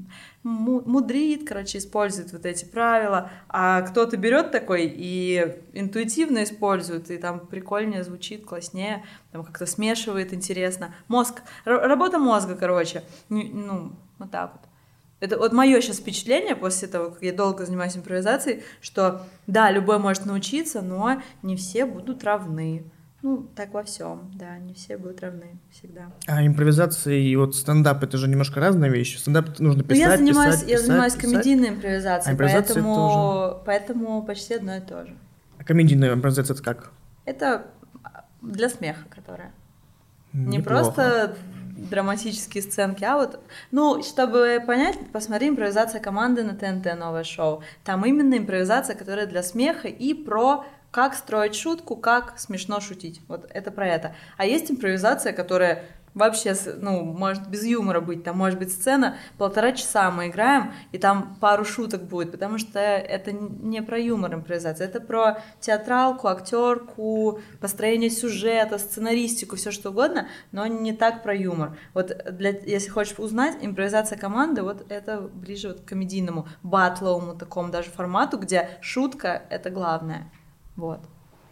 мудрит, короче, использует вот эти правила, а кто-то берет такой и интуитивно использует, и там прикольнее звучит, класснее, там как-то смешивает, интересно. Мозг, р- работа мозга, короче, ну, вот так вот. Это вот мое сейчас впечатление после того, как я долго занимаюсь импровизацией, что да, любой может научиться, но не все будут равны. Ну, так во всем, да, не все будут равны всегда. А импровизация и вот стендап — это же немножко разные вещи. Стендап нужно писать, ну, я занимаюсь, писать, я писать, занимаюсь писать. комедийной импровизацией, а импровизация поэтому, тоже. поэтому почти одно и то же. А комедийная импровизация — это как? Это для смеха, которая. Не Неплохо. просто драматические сценки, а вот, ну, чтобы понять, посмотри импровизация команды на ТНТ, новое шоу. Там именно импровизация, которая для смеха и про как строить шутку, как смешно шутить. Вот это про это. А есть импровизация, которая вообще, ну, может без юмора быть. Там может быть сцена, полтора часа мы играем, и там пару шуток будет, потому что это не про юмор импровизация, это про театралку, актерку, построение сюжета, сценаристику, все что угодно, но не так про юмор. Вот для, если хочешь узнать, импровизация команды, вот это ближе вот к комедийному, батловому такому даже формату, где шутка — это главное. Вот.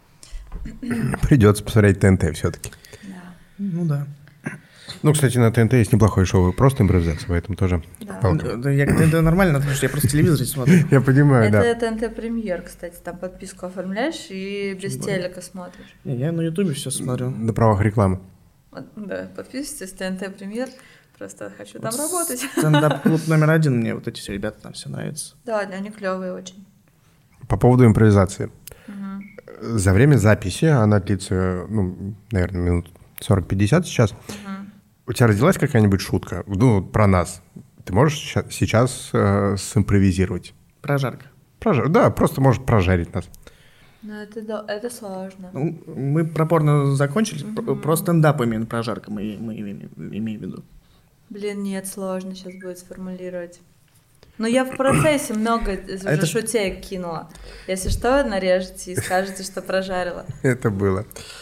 Придется посмотреть ТНТ все-таки. Да. Ну да. Ну, кстати, на ТНТ есть неплохое шоу, просто импровизация, поэтому тоже Да. палка. Да, я, это нормально, потому что я просто телевизор смотрю. Я понимаю, да. Это ТНТ Премьер, кстати, там подписку оформляешь и без телека смотришь. Не, я на Ютубе все смотрю. На правах рекламы. Вот, да, подписывайтесь, ТНТ Премьер, просто хочу там работать. Стендап-клуб номер один, мне вот эти все ребята там все нравятся. Да, они клевые очень. По поводу импровизации. Угу. За время записи, она длится, ну, наверное, минут сорок-пятьдесят сейчас, Угу. у тебя родилась какая-нибудь шутка? Ну, про нас. Ты можешь ща- сейчас э, симпровизировать? Прожарка. Прожар... Да, просто можешь прожарить нас. Ну, это, да, это сложно. Ну, мы про порно закончили, про, про стендап именно прожарка мы, мы имеем, имеем в виду. Блин, нет, сложно сейчас будет сформулировать. Но я в процессе много уже это... шутеек кинула. Если что, нарежете и скажете, что прожарила. Это было.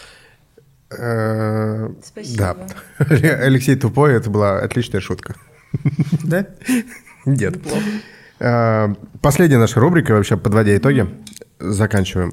Э, Спасибо. Да. Алексей Тупой, это была отличная шутка. Да? Нет. Э, Последняя наша рубрика, вообще, подводя итоги, заканчиваем.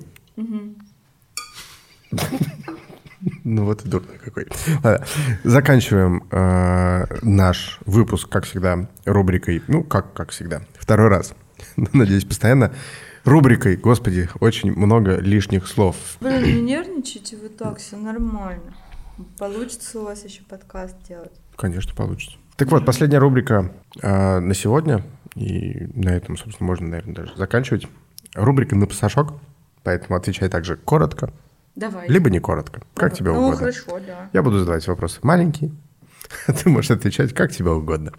Ну вот и дурной какой. Ладно. Заканчиваем э, наш выпуск, как всегда, рубрикой, ну, как, как всегда, второй раз, надеюсь, постоянно, рубрикой, господи, очень много лишних слов. Блин, не нервничайте вы так, все нормально. Получится у вас еще подкаст делать. Конечно, получится. Так вот, последняя рубрика э, на сегодня, и на этом, собственно, можно, наверное, даже заканчивать. Рубрика «На пасашок», поэтому отвечай также коротко, Давай. либо не коротко, как тебе Ну, угодно. хорошо, да. Я буду задавать вопросы маленькие, а ты можешь отвечать как тебе угодно.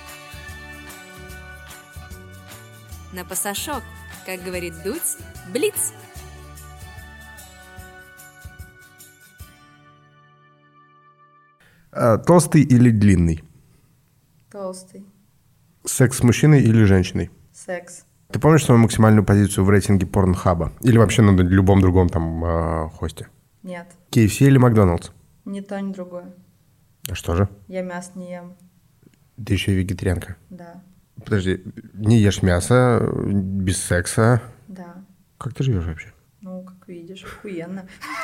На пасашок, как говорит Дудь, блиц. А, толстый или длинный? Толстый. Секс с мужчиной или женщиной? Секс. Ты помнишь свою максимальную позицию в рейтинге Порнхаба? Или вообще на любом другом там э, хосте? Нет. кей эф си или Макдоналдс? Ни то, ни другое. А что же? Я мясо не ем. Ты еще и вегетарианка. Да. Подожди, не ешь мясо, без секса. Да. Как ты живешь вообще? Ну, как видишь, охуенно.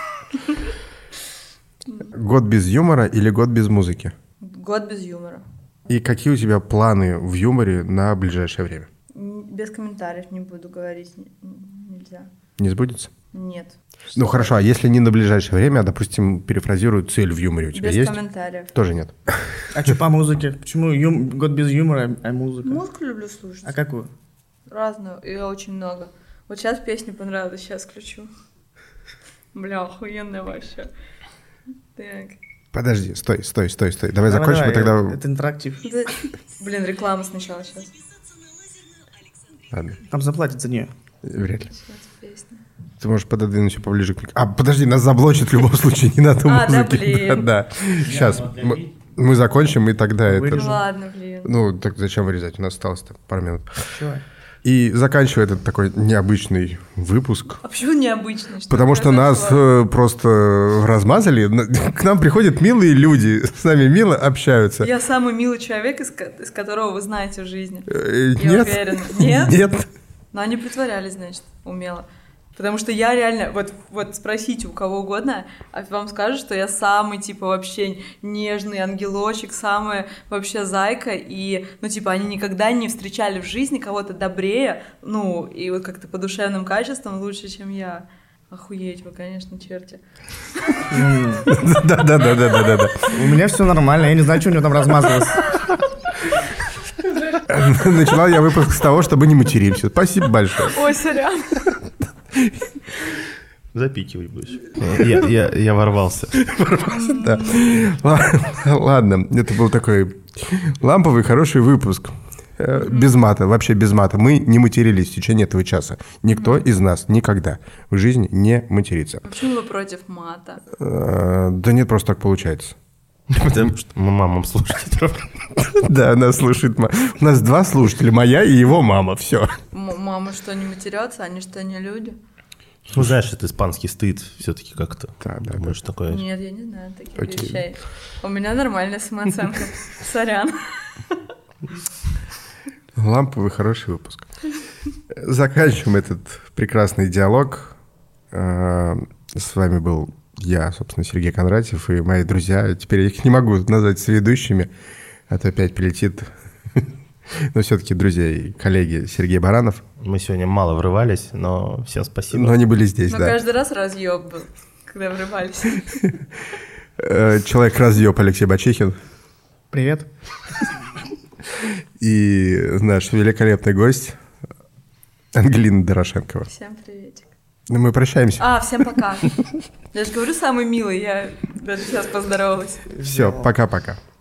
Год без юмора или год без музыки? Год без юмора. И какие у тебя планы в юморе на ближайшее время? Без комментариев не буду говорить. Нельзя. Не сбудется? Нет. Ну хорошо, а если не на ближайшее время, а, допустим, перефразирую цель в юморе у тебя Без есть? комментариев. Тоже нет. А что по музыке? Почему юм... год без юмора, а музыка? Музыку люблю слушать. А какую? Разную, ее очень много. Вот сейчас песня понравилась, сейчас включу. Бля, охуенная вообще. Так. Подожди, стой, стой, стой, стой. Давай, Давай, закончим, давай, и тогда... Это интерактив. Да- Блин, реклама сначала сейчас. Ладно, Там заплатят за нее. вряд ли. Сейчас песня. Ты можешь пододвинуть ее поближе к микрофону. А, подожди, нас заблочат в любом случае, не надо А, да, музыки. блин. Да, сейчас мы, мы закончим, и тогда это... Вырежу. Ладно, блин. Ну, так зачем вырезать? У нас осталось пару минут. Чего? И заканчивая этот такой необычный выпуск. А почему необычный? Что Потому что нас э, просто размазали. К нам приходят милые люди, с нами мило общаются. Я самый милый человек, из, ко- из которого вы знаете в жизни. Э, Я нет. уверена. Нет? Нет. Но они притворялись, значит, умело. Потому что я реально, вот, вот спросите у кого угодно, а вам скажут, что я самый, типа, вообще нежный ангелочек, самая вообще зайка, и, ну, типа, они никогда не встречали в жизни кого-то добрее, ну, и вот как-то по душевным качествам лучше, чем я. Охуеть вы, конечно, черти. Да-да-да-да-да-да. У меня все нормально, я не знаю, что у него там размазалось. Начинал я выпуск с того, чтобы не материмся. Спасибо большое. Ой, сорян. Запикивай будешь. Я, я, я ворвался. Да. Ладно, это был такой ламповый, хороший выпуск. Без мата, вообще без мата. Мы не матерились в течение этого часа. Никто из нас никогда в жизни не матерится. Почему вы против мата? Да нет, просто так получается. Потому что мы мамам слушателей. Да, она слушает. У нас два слушателя, моя и его мама, все. Мама что, не матерятся? Они что, не люди? Ну, знаешь, это испанский стыд все-таки как-то. Да, да, Думаешь, да. такое... Нет, я не знаю таких Окей. вещей. У меня нормальная самооценка. Сорян. Ламповый, хороший выпуск. Заканчиваем этот прекрасный диалог. С вами был я, собственно, Сергей Кондратьев, и мои друзья. Теперь я их не могу назвать соведущими, а то опять прилетит. Но все-таки друзья и коллеги Сергей Баранов. Мы сегодня мало врывались, но всем спасибо. Но они были здесь, Но да. каждый раз разъеб был, когда врывались. Человек-разъеб Алексей Бачихин. Привет. И наш великолепный гость Ангелина Дорошенкова. Всем приветик. Ну, мы прощаемся. А, всем пока. Я же говорю, самый милый, я даже сейчас поздоровалась. Все, пока-пока.